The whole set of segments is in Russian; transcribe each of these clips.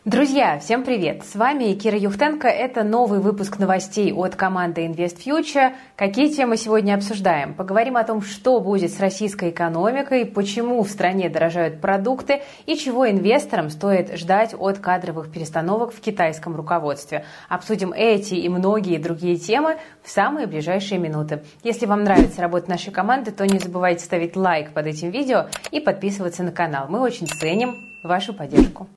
Друзья, всем привет! С вами Кира Юхтенко. Это новый выпуск новостей от команды Invest Future. Какие темы сегодня обсуждаем? Поговорим о том, что будет с российской экономикой, почему в стране дорожают продукты и чего инвесторам стоит ждать от кадровых перестановок в китайском руководстве. Обсудим эти и многие другие темы в самые ближайшие минуты. Если вам нравится работа нашей команды, то не забывайте ставить лайк под этим видео и подписываться на канал. Мы очень ценим вашу поддержку.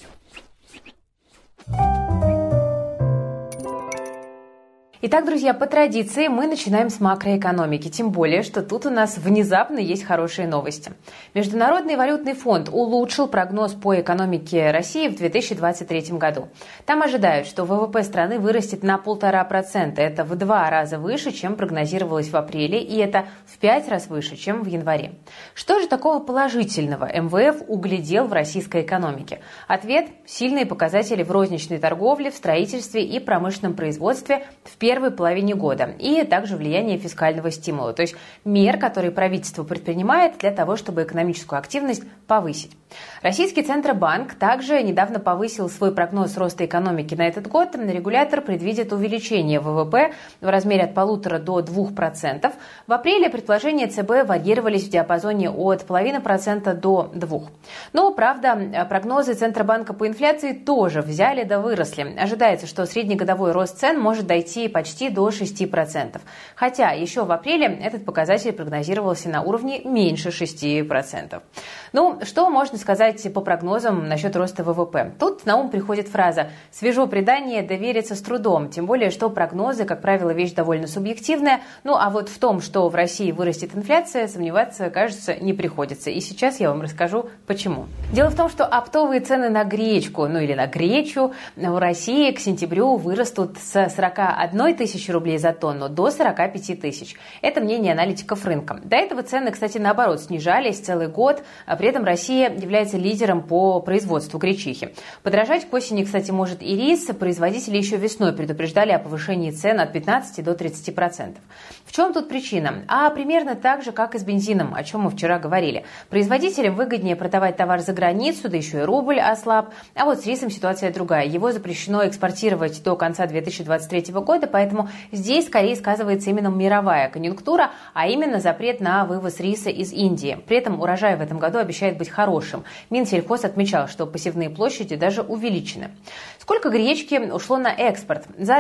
Итак, друзья, по традиции мы начинаем с макроэкономики, тем более, что тут у нас внезапно есть хорошие новости. Международный валютный фонд улучшил прогноз по экономике России в 2023 году. Там ожидают, что ВВП страны вырастет на 1,5%. Это в 2 раза выше, чем прогнозировалось в апреле, и это в 5 раз выше, чем в январе. Что же такого положительного МВФ углядел в российской экономике? Ответ – сильные показатели в розничной торговле, в строительстве и промышленном производстве в первой половине года, и также влияние фискального стимула, то есть мер, которые правительство предпринимает для того, чтобы экономическую активность повысить. Российский Центробанк также недавно повысил свой прогноз роста экономики на этот год. Регулятор предвидит увеличение ВВП в размере от 1,5% до 2%. В апреле предположения ЦБ варьировались в диапазоне от 0,5% до 2%. Но, правда, прогнозы Центробанка по инфляции тоже взяли да выросли. Ожидается, что среднегодовой рост цен может дойти почти до 6%. Хотя еще в апреле этот показатель прогнозировался на уровне меньше 6%. Ну, что можно сказать по прогнозам насчет роста ВВП? Тут на ум приходит фраза «свежо предание, довериться с трудом». Тем более, что прогнозы, как правило, вещь довольно субъективная. Ну, а вот в том, что в России вырастет инфляция, сомневаться, кажется, не приходится. И сейчас я вам расскажу, почему. Дело в том, что оптовые цены на гречку, или на гречу в России к сентябрю вырастут с 41 тысячи рублей за тонну до 45 тысяч. Это мнение аналитиков рынка. До этого цены, кстати, наоборот, снижались целый год. При этом Россия является лидером по производству гречихи. Подорожать к осени, кстати, может и рис. Производители еще весной предупреждали о повышении цен от 15 до 30%. В чем тут причина? А примерно так же, как и с бензином, о чем мы вчера говорили. Производителям выгоднее продавать товар за границу, да еще и рубль ослаб. А вот с рисом ситуация другая. Его запрещено экспортировать до конца 2023 года, поэтому здесь скорее сказывается именно мировая конъюнктура, а именно запрет на вывоз риса из Индии. При этом урожай в этом году обещает быть хорошим. Минсельхоз отмечал, что посевные площади даже увеличены. Сколько гречки ушло на экспорт? За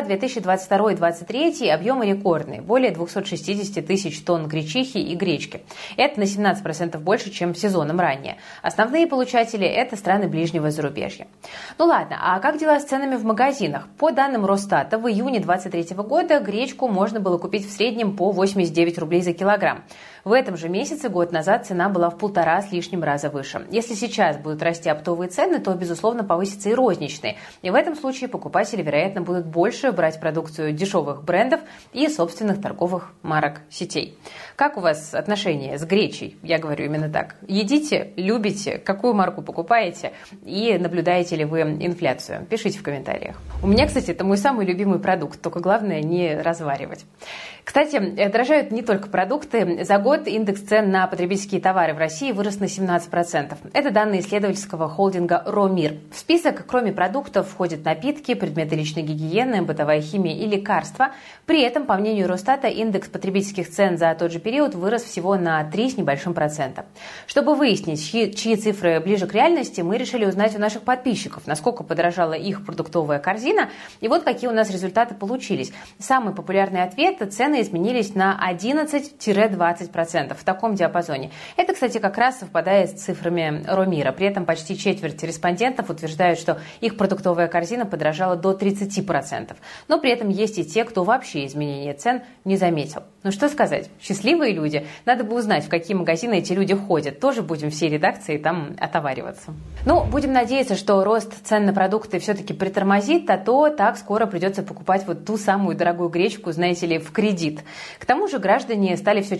2022-2023 объемы рекордные, более 260 тысяч тонн гречихи и гречки. Это на 17% больше, чем сезоном ранее. Основные получатели – это страны ближнего зарубежья. Ну ладно, а как дела с ценами в магазинах? По данным Росстата, в июне 2023 года гречку можно было купить в среднем по 89 рублей за килограмм. В этом же месяце, год назад, цена была в 1,5 с лишним раза выше. Если сейчас будут расти оптовые цены, то, безусловно, повысятся и розничные. И в этом случае покупатели, вероятно, будут больше брать продукцию дешевых брендов и собственных торговых марок сетей. Как у вас отношения с гречей? Я говорю именно так. Едите, любите, какую марку покупаете и наблюдаете ли вы инфляцию? Пишите в комментариях. У меня, кстати, это мой самый любимый продукт, только главное не разваривать. Кстати, дорожают не только продукты. За год индекс цен на потребительские товары в России вырос на 17%. Это данные исследовательского холдинга «Ромир». В список, кроме продуктов, входят напитки, предметы личной гигиены, бытовая химия и лекарства. При этом, по мнению Росстата, индекс потребительских цен за тот же период вырос всего на 3 с небольшим процента. Чтобы выяснить, чьи цифры ближе к реальности, мы решили узнать у наших подписчиков, насколько подорожала их продуктовая корзина. И вот какие у нас результаты получились. Самый популярный ответ – цены изменились на 11-20%, в таком диапазоне. Это, кстати, как раз совпадает с цифрами Ромира. При этом почти четверть респондентов утверждают, что их продуктовая корзина подорожала до 30%. Но при этом есть и те, кто вообще изменения цен не заметил. Ну что сказать, счастливые люди. Надо бы узнать, в какие магазины эти люди ходят. Тоже будем всей редакции там отовариваться. Ну, будем надеяться, что рост цен на продукты все-таки притормозит, а то так скоро придется покупать вот ту самую дорогую гречку, знаете ли, в кредит. К тому же граждане стали все чаще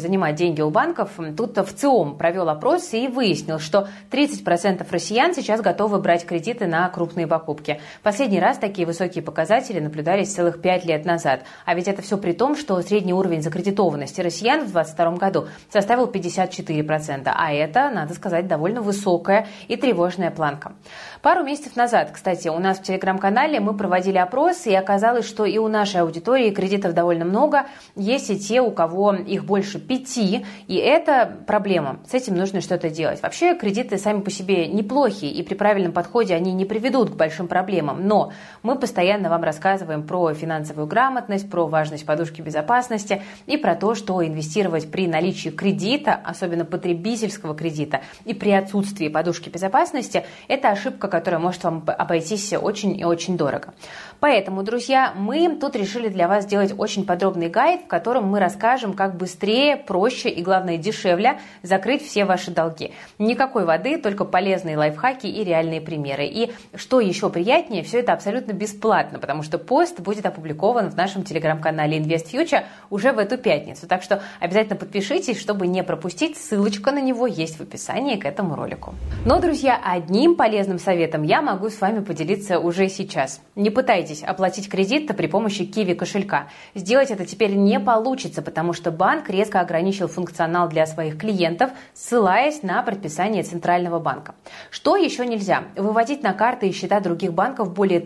занимать деньги у банков, тут ВЦИОМ провел опрос и выяснил, что 30% россиян сейчас готовы брать кредиты на крупные покупки. Последний раз такие высокие показатели наблюдались целых 5 лет назад. А ведь это все при том, что средний уровень закредитованности россиян в 2022 году составил 54%. А это, надо сказать, довольно высокая и тревожная планка. Пару месяцев назад, кстати, у нас в телеграм-канале мы проводили опрос, и оказалось, что и у нашей аудитории кредитов довольно много. Есть и те, у кого их больше 5, и это проблема. С этим нужно что-то делать. Вообще кредиты сами по себе неплохие, и при правильном подходе они не приведут к большим проблемам. Но мы постоянно вам рассказываем про финансовую грамотность, про важность подушки безопасности и про то, что инвестировать при наличии кредита, особенно потребительского кредита, и при отсутствии подушки безопасности – это ошибка, которая может вам обойтись очень и очень дорого. Поэтому, друзья, мы тут решили для вас сделать очень подробный гайд, в котором мы расскажем, как быстрее, проще и, главное, дешевле закрыть все ваши долги. Никакой воды, только полезные лайфхаки и реальные примеры. И что еще приятнее, все это абсолютно бесплатно, потому что пост будет опубликован в нашем телеграм-канале InvestFuture уже в эту пятницу. Так что обязательно подпишитесь, чтобы не пропустить. Ссылочка на него есть в описании к этому ролику. Но, друзья, одним полезным советом я могу с вами поделиться уже сейчас. Не пытайтесь оплатить кредит при помощи Kiwi кошелька. Сделать это теперь не получится, потому что банк резко ограничил функционал для своих клиентов, ссылаясь на предписание Центрального банка. Что еще нельзя? Выводить на карты и счета других банков более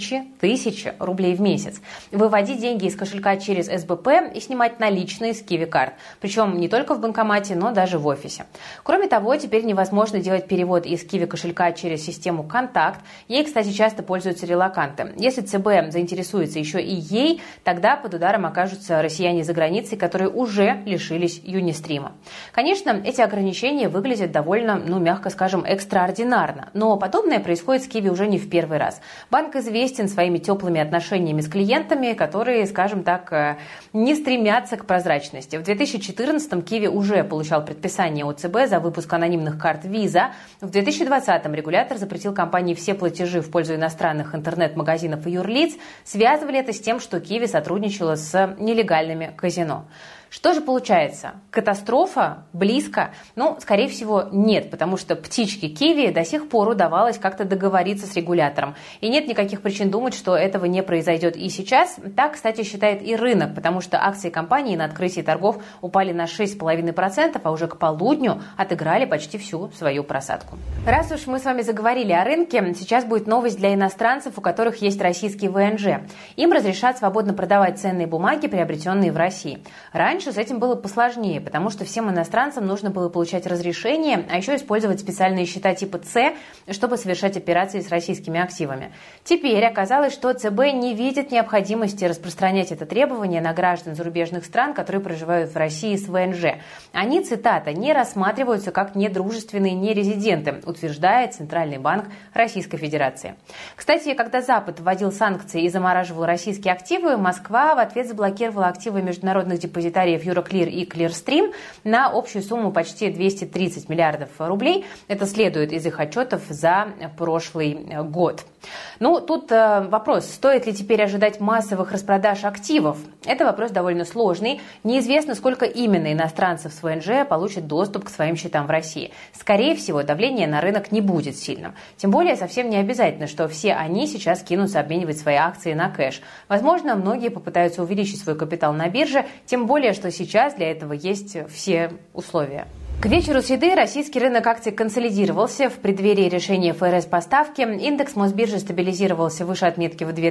1000 рублей в месяц. Выводить деньги из кошелька через СБП и снимать наличные с Kiwi карт. Причем не только в банкомате, но даже в офисе. Кроме того, теперь невозможно делать перевод из Kiwi кошелька через систему «Контакт». Ей, кстати, часто пользуются релоканты. Если ЦБ заинтересуется еще и ей, тогда под ударом окажутся россияне за границей, которые уже лишились Юнистрима. Конечно, эти ограничения выглядят довольно, мягко скажем, экстраординарно. Но подобное происходит с Kiwi уже не в первый раз. Банк известен своими теплыми отношениями с клиентами, которые, скажем так, не стремятся к прозрачности. В 2014-м Kiwi уже получал предписание от ЦБ за выпуск анонимных карт Visa. В 2020-м регулятор запретил компании все платежи в пользу иностранных интернет-магазинов и юрлиц. Связывали это с тем, что Kiwi сотрудничала с нелегальными казино. Что же получается? Катастрофа? Близко? Скорее всего, нет, потому что птичке Kiwi до сих пор удавалось как-то договориться с регулятором. И нет никаких причин думать, что этого не произойдет и сейчас. Так, кстати, считает и рынок, потому что акции компании на открытии торгов упали на 6,5%, а уже к полудню отыграли почти всю свою просадку. Раз уж мы с вами заговорили о рынке, сейчас будет новость для иностранцев, у которых есть российский ВНЖ. Им разрешат свободно продавать ценные бумаги, приобретенные в России. Раньше с этим было посложнее, потому что всем иностранцам нужно было получать разрешение, а еще использовать специальные счета типа С, чтобы совершать операции с российскими активами. Теперь оказалось, что ЦБ не видит необходимости распространять это требование на граждан зарубежных стран, которые проживают в России с ВНЖ. Они, цитата, не рассматриваются как недружественные нерезиденты, утверждает Центральный банк Российской Федерации. Кстати, когда Запад вводил санкции и замораживал российские активы, Москва в ответ заблокировала активы международных депозитариев Euroclear и Clearstream на общую сумму почти 230 миллиардов рублей. Это следует из их отчетов за прошлый год. Тут вопрос, стоит ли теперь ожидать массовых распродаж активов? Это вопрос довольно сложный. Неизвестно, сколько именно иностранцев с ВНЖ получат доступ к своим счетам в России. Скорее всего, давление на рынок не будет сильным. Тем более, совсем не обязательно, что все они сейчас кинутся обменивать свои акции на кэш. Возможно, многие попытаются увеличить свой капитал на бирже, тем более, что сейчас для этого есть все условия. К вечеру среды российский рынок акций консолидировался в преддверии решения ФРС по ставке. Индекс Мосбиржи стабилизировался выше отметки в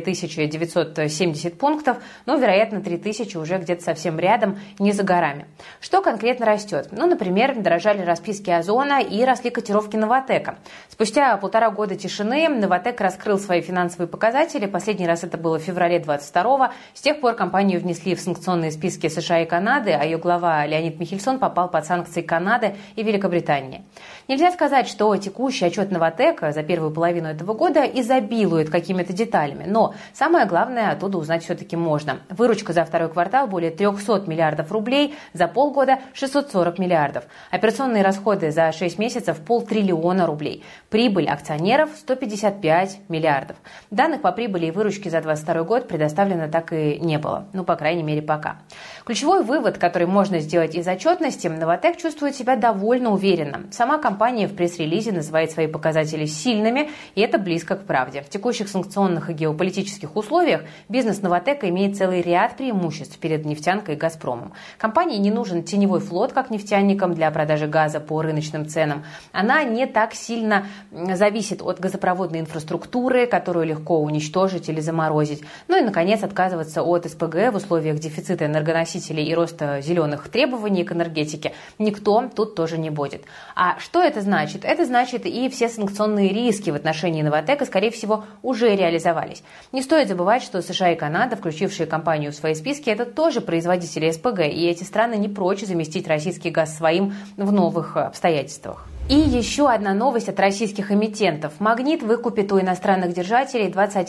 2970 пунктов, но, вероятно, 3000 уже где-то совсем рядом, не за горами. Что конкретно растет? Например, дорожали расписки Озона и росли котировки Новатэка. Спустя 1,5 года тишины Новатэк раскрыл свои финансовые показатели. Последний раз это было в феврале 2022-го. С тех пор компанию внесли в санкционные списки США и Канады, а ее глава Леонид Михельсон попал под санкции Канады Канады и Великобритании. Нельзя сказать, что текущий отчет Новатэк за первую половину этого года изобилует какими-то деталями, но самое главное оттуда узнать все-таки можно. Выручка за второй квартал более 300 миллиардов рублей, за полгода 640 миллиардов. Операционные расходы за 6 месяцев – 500 миллиона рублей. Прибыль акционеров – 155 миллиардов. Данных по прибыли и выручке за 2022 год предоставлено так и не было. По крайней мере, пока. Ключевой вывод, который можно сделать из отчетности, Новатэк чувствует себя довольно уверенно. Сама компания в пресс-релизе называет свои показатели сильными, и это близко к правде. В текущих санкционных и геополитических условиях бизнес Новатэка имеет целый ряд преимуществ перед нефтянкой и «Газпромом». Компании не нужен теневой флот, как нефтяникам, для продажи газа по рыночным ценам. Она не так сильно зависит от газопроводной инфраструктуры, которую легко уничтожить или заморозить. И, наконец, отказываться от СПГ в условиях дефицита энергоносителей и роста зеленых требований к энергетике никто тут тоже не будет. А что это значит? Это значит, и все санкционные риски в отношении Новатэка, скорее всего, уже реализовались. Не стоит забывать, что США и Канада, включившие компанию в свои списки, это тоже производители СПГ, и эти страны не прочь заместить российский газ своим в новых обстоятельствах. И еще одна новость от российских эмитентов. «Магнит» выкупит у иностранных держателей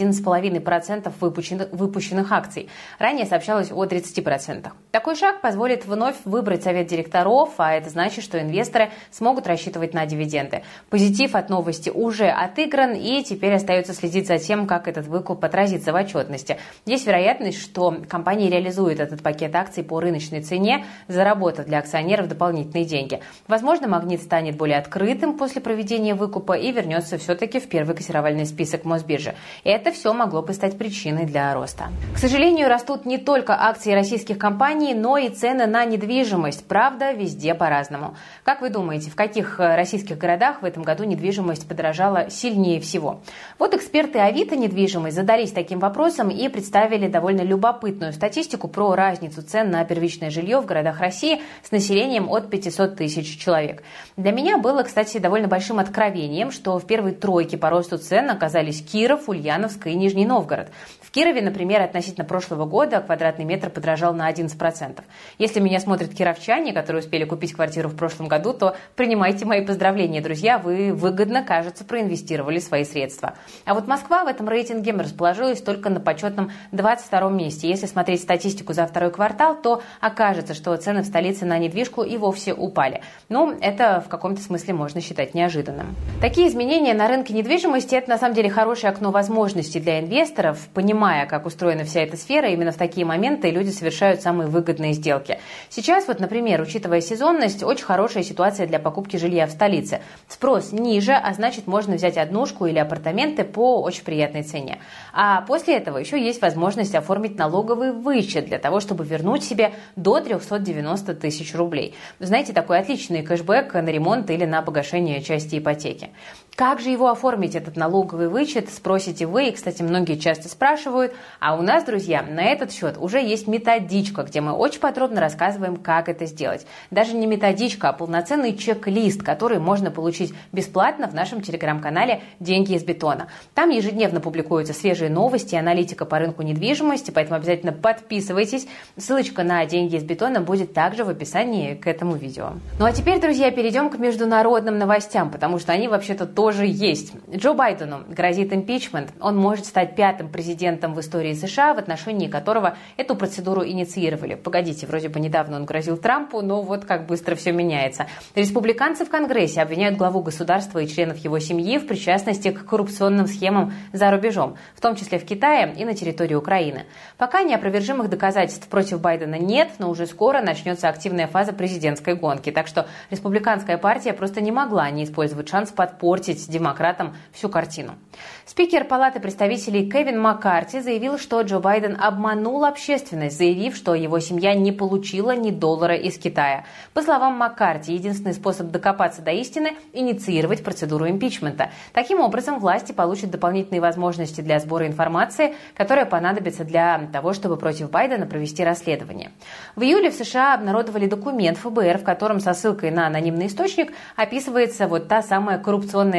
21,5% выпущенных акций. Ранее сообщалось о 30%. Такой шаг позволит вновь выбрать совет директоров, а это значит, что инвесторы смогут рассчитывать на дивиденды. Позитив от новости уже отыгран, и теперь остается следить за тем, как этот выкуп отразится в отчетности. Есть вероятность, что компания реализует этот пакет акций по рыночной цене, заработав для акционеров дополнительные деньги. Возможно, «Магнит» станет более открытым после проведения выкупа и вернется все-таки в первый котировальный список Мосбиржи. Это все могло бы стать причиной для роста. К сожалению, растут не только акции российских компаний, но и цены на недвижимость. Правда, везде по-разному. Как вы думаете, в каких российских городах в этом году недвижимость подорожала сильнее всего? Вот эксперты Авито недвижимость задались таким вопросом и представили довольно любопытную статистику про разницу цен на первичное жилье в городах России с населением от 500 тысяч человек. Для меня было, кстати, довольно большим откровением, что в первой тройке по росту цен оказались Киров, Ульяновск и Нижний Новгород. В Кирове, например, относительно прошлого года квадратный метр подорожал на 11%. Если меня смотрят кировчане, которые успели купить квартиру в прошлом году, то принимайте мои поздравления, друзья, вы выгодно, кажется, проинвестировали свои средства. А вот Москва в этом рейтинге расположилась только на почетном 22-м месте. Если смотреть статистику за второй квартал, то окажется, что цены в столице на недвижку и вовсе упали. Это в каком-то смысле можно считать неожиданным. Такие изменения на рынке недвижимости – это на самом деле хорошее окно возможностей для инвесторов. Понимая, как устроена вся эта сфера, именно в такие моменты люди совершают самые выгодные сделки. Сейчас, например, учитывая сезонность, очень хорошая ситуация для покупки жилья в столице. Спрос ниже, а значит, можно взять однушку или апартаменты по очень приятной цене. А после этого еще есть возможность оформить налоговый вычет для того, чтобы вернуть себе до 390 тысяч рублей. Вы знаете, такой отличный кэшбэк на ремонт или на погашение части ипотеки. Как же его оформить, этот налоговый вычет, спросите вы, и, кстати, многие часто спрашивают. А у нас, друзья, на этот счет уже есть методичка, где мы очень подробно рассказываем, как это сделать. Даже не методичка, а полноценный чек-лист, который можно получить бесплатно в нашем телеграм-канале «Деньги из бетона». Там ежедневно публикуются свежие новости и аналитика по рынку недвижимости, поэтому обязательно подписывайтесь. Ссылочка на «Деньги из бетона» будет также в описании к этому видео. А теперь, друзья, перейдем к международным новостям, потому что они вообще-то тоже есть. Джо Байдену грозит импичмент. Он может стать пятым президентом в истории США, в отношении которого эту процедуру инициировали. Погодите, вроде бы недавно он грозил Трампу, но вот как быстро все меняется. Республиканцы в Конгрессе обвиняют главу государства и членов его семьи в причастности к коррупционным схемам за рубежом, в том числе в Китае и на территории Украины. Пока неопровержимых доказательств против Байдена нет, но уже скоро начнется активная фаза президентской гонки. Так что республиканская партия просто не могла не использовать шанс подпортить демократам всю картину. Спикер Палаты представителей Кевин Маккарти заявил, что Джо Байден обманул общественность, заявив, что его семья не получила ни доллара из Китая. По словам Маккарти, единственный способ докопаться до истины – инициировать процедуру импичмента. Таким образом, власти получат дополнительные возможности для сбора информации, которая понадобится для того, чтобы против Байдена провести расследование. В июле в США обнародовали документ ФБР, в котором со ссылкой на анонимный источник описывается та самая коррупционная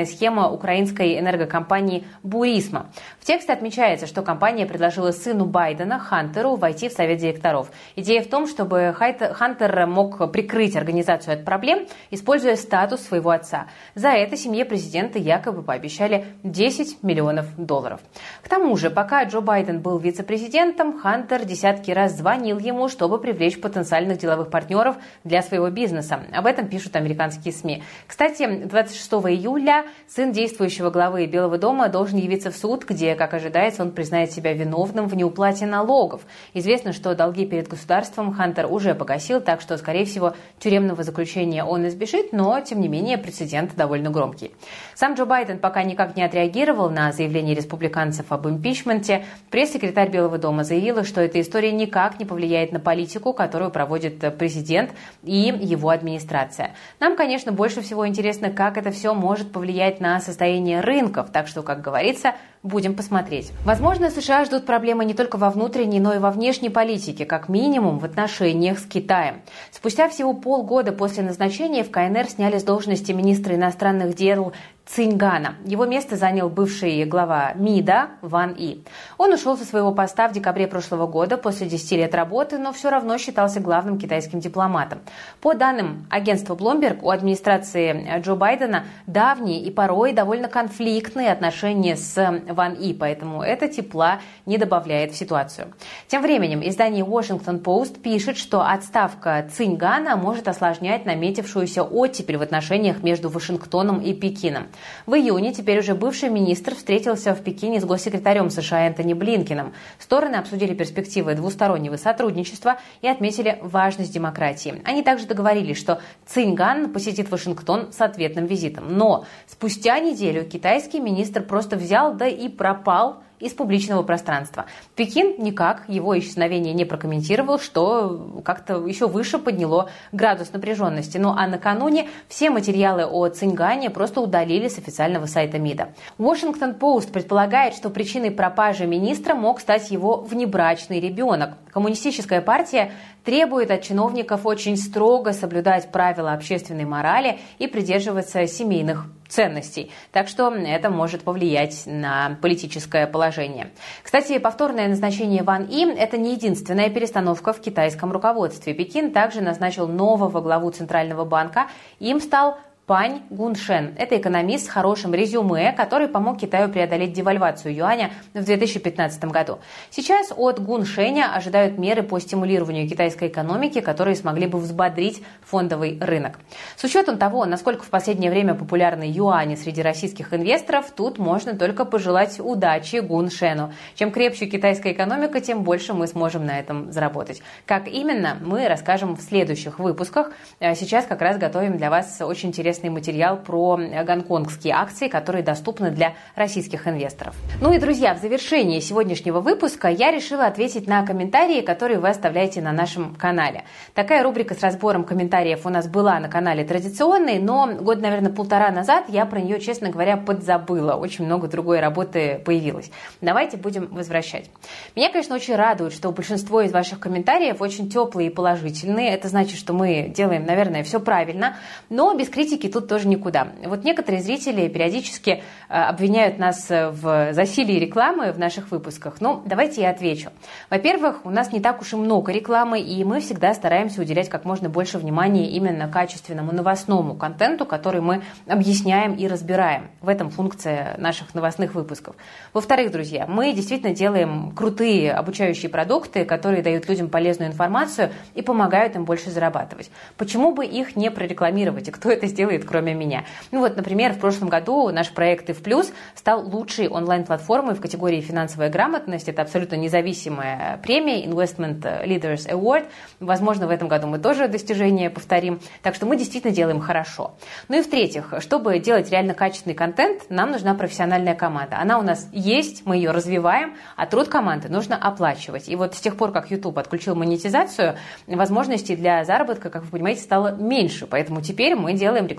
коррупционная схема украинской энергокомпании «Бурисма». В тексте отмечается, что компания предложила сыну Байдена, Хантеру, войти в совет директоров. Идея в том, чтобы Хантер мог прикрыть организацию от проблем, используя статус своего отца. За это семье президента якобы пообещали $10 миллионов. К тому же, пока Джо Байден был вице-президентом, Хантер десятки раз звонил ему, чтобы привлечь потенциальных деловых партнеров для своего бизнеса. Об этом пишут американские СМИ. Кстати, 26 июля сын действующего главы Белого дома должен явиться в суд, где, как ожидается, он признает себя виновным в неуплате налогов. Известно, что долги перед государством Хантер уже погасил, так что, скорее всего, тюремного заключения он избежит, но, тем не менее, прецедент довольно громкий. Сам Джо Байден пока никак не отреагировал на заявление республиканцев об импичменте. Пресс-секретарь Белого дома заявила, что эта история никак не повлияет на политику, которую проводит президент и его администрация. Нам, конечно, больше всего интересно, как это все может повлиять на состояние рынков, так что, как говорится, будем посмотреть. Возможно, США ждут проблемы не только во внутренней, но и во внешней политике, как минимум в отношениях с Китаем. Спустя всего полгода после назначения в КНР сняли с должности министра иностранных дел Циньгана. Его место занял бывший глава МИДа Ван И. Он ушел со своего поста в декабре прошлого года после 10 лет работы, но все равно считался главным китайским дипломатом. По данным агентства Bloomberg, у администрации Джо Байдена давние и порой довольно конфликтные отношения с Ван И, поэтому это тепла не добавляет в ситуацию. Тем временем издание Washington Post пишет, что отставка Циньгана может осложнять наметившуюся оттепель в отношениях между Вашингтоном и Пекином. В июне теперь уже бывший министр встретился в Пекине с госсекретарем США Энтони Блинкеном. Стороны обсудили перспективы двустороннего сотрудничества и отметили важность демократии. Они также договорились, что Циньган посетит Вашингтон с ответным визитом. Но спустя неделю китайский министр просто взял да и пропал из публичного пространства. Пекин никак его исчезновение не прокомментировал, что как-то еще выше подняло градус напряженности. Ну а накануне все материалы о Циньгане просто удалили с официального сайта МИДа. Washington Post предполагает, что причиной пропажи министра мог стать его внебрачный ребенок. Коммунистическая партия требует от чиновников очень строго соблюдать правила общественной морали и придерживаться семейных ценностей. Так что это может повлиять на политическое положение. Кстати, повторное назначение Ван И – это не единственная перестановка в китайском руководстве. Пекин также назначил нового главу Центрального банка. Им стал Пань Гуншен. Это экономист с хорошим резюме, который помог Китаю преодолеть девальвацию юаня в 2015 году. Сейчас от Гуншеня ожидают меры по стимулированию китайской экономики, которые смогли бы взбодрить фондовый рынок. С учетом того, насколько в последнее время популярны юани среди российских инвесторов, тут можно только пожелать удачи Гуншену. Чем крепче китайская экономика, тем больше мы сможем на этом заработать. Как именно, мы расскажем в следующих выпусках. Сейчас как раз готовим для вас очень интересный материал про гонконгские акции, которые доступны для российских инвесторов. Ну и, друзья, в завершении сегодняшнего выпуска я решила ответить на комментарии, которые вы оставляете на нашем канале. Такая рубрика с разбором комментариев у нас была на канале традиционной, но год, наверное, полтора назад я про нее, честно говоря, подзабыла. Очень много другой работы появилось. Давайте будем возвращать. Меня, конечно, очень радует, что большинство из ваших комментариев очень теплые и положительные. Это значит, что мы делаем, наверное, все правильно, но без критики тут тоже никуда. Вот некоторые зрители периодически обвиняют нас в засилии рекламы в наших выпусках. Ну, давайте я отвечу. Во-первых, у нас не так уж и много рекламы, и мы всегда стараемся уделять как можно больше внимания именно качественному новостному контенту, который мы объясняем и разбираем. В этом функция наших новостных выпусков. Во-вторых, друзья, мы действительно делаем крутые обучающие продукты, которые дают людям полезную информацию и помогают им больше зарабатывать. Почему бы их не прорекламировать? И кто это сделает, кроме меня? Ну вот, например, в прошлом году наш проект «И в плюс» стал лучшей онлайн-платформой в категории «Финансовая грамотность». Это абсолютно независимая премия Investment Leaders Award. Возможно, в этом году мы тоже достижение повторим. Так что мы действительно делаем хорошо. Ну и в-третьих, чтобы делать реально качественный контент, нам нужна профессиональная команда. Она у нас есть, мы ее развиваем, а труд команды нужно оплачивать. И вот с тех пор, как YouTube отключил монетизацию, возможностей для заработка, как вы понимаете, стало меньше. Поэтому теперь мы делаем рекламу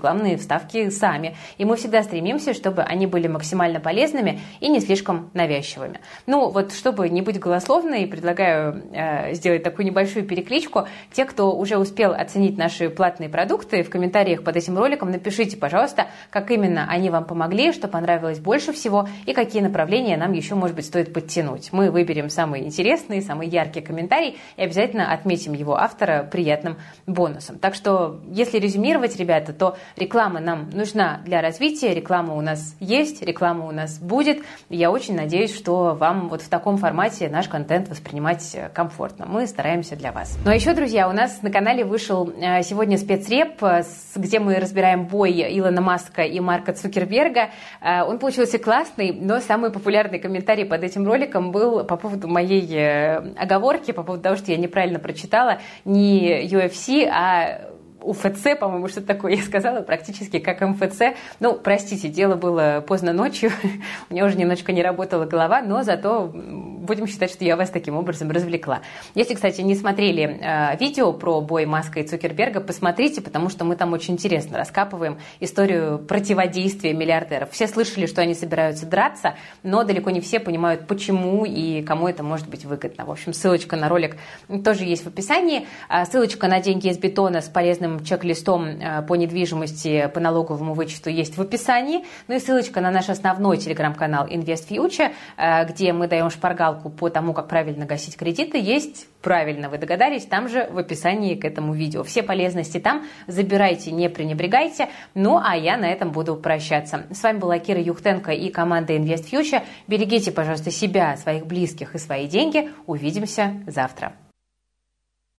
рекламные вставки сами. И мы всегда стремимся, чтобы они были максимально полезными и не слишком навязчивыми. Ну, вот чтобы не быть голословной, предлагаю сделать такую небольшую перекличку. Те, кто уже успел оценить наши платные продукты, в комментариях под этим роликом напишите, пожалуйста, как именно они вам помогли, что понравилось больше всего и какие направления нам еще, может быть, стоит подтянуть. Мы выберем самый интересный, самый яркий комментарий и обязательно отметим его автора приятным бонусом. Так что, если резюмировать, ребята, то реклама нам нужна для развития, реклама у нас есть, реклама у нас будет. Я очень надеюсь, что вам вот в таком формате наш контент воспринимать комфортно. Мы стараемся для вас. Ну а еще, друзья, у нас на канале вышел сегодня спецреп, где мы разбираем бой Илона Маска и Марка Цукерберга. Он получился классный, но самый популярный комментарий под этим роликом был по поводу моей оговорки, по поводу того, что я неправильно прочитала не UFC, а УФЦ, по-моему, что-то такое я сказала, практически как МФЦ. Ну, простите, дело было поздно ночью, у меня уже немножечко не работала голова, но зато будем считать, что я вас таким образом развлекла. Если, кстати, не смотрели видео про бой Маска и Цукерберга, посмотрите, потому что мы там очень интересно раскапываем историю противодействия миллиардеров. Все слышали, что они собираются драться, но далеко не все понимают, почему и кому это может быть выгодно. В общем, ссылочка на ролик тоже есть в описании. Ссылочка на деньги из бетона с полезным чек-листом по недвижимости, по налоговому вычету есть в описании. Ну и ссылочка на наш основной телеграм-канал Invest Future, где мы даем шпаргалку по тому, как правильно гасить кредиты, есть. Правильно вы догадались, там же в описании к этому видео. Все полезности там, забирайте, не пренебрегайте. Ну а я на этом буду прощаться. С вами была Кира Юхтенко и команда Invest Future. Берегите, пожалуйста, себя, своих близких и свои деньги. Увидимся завтра.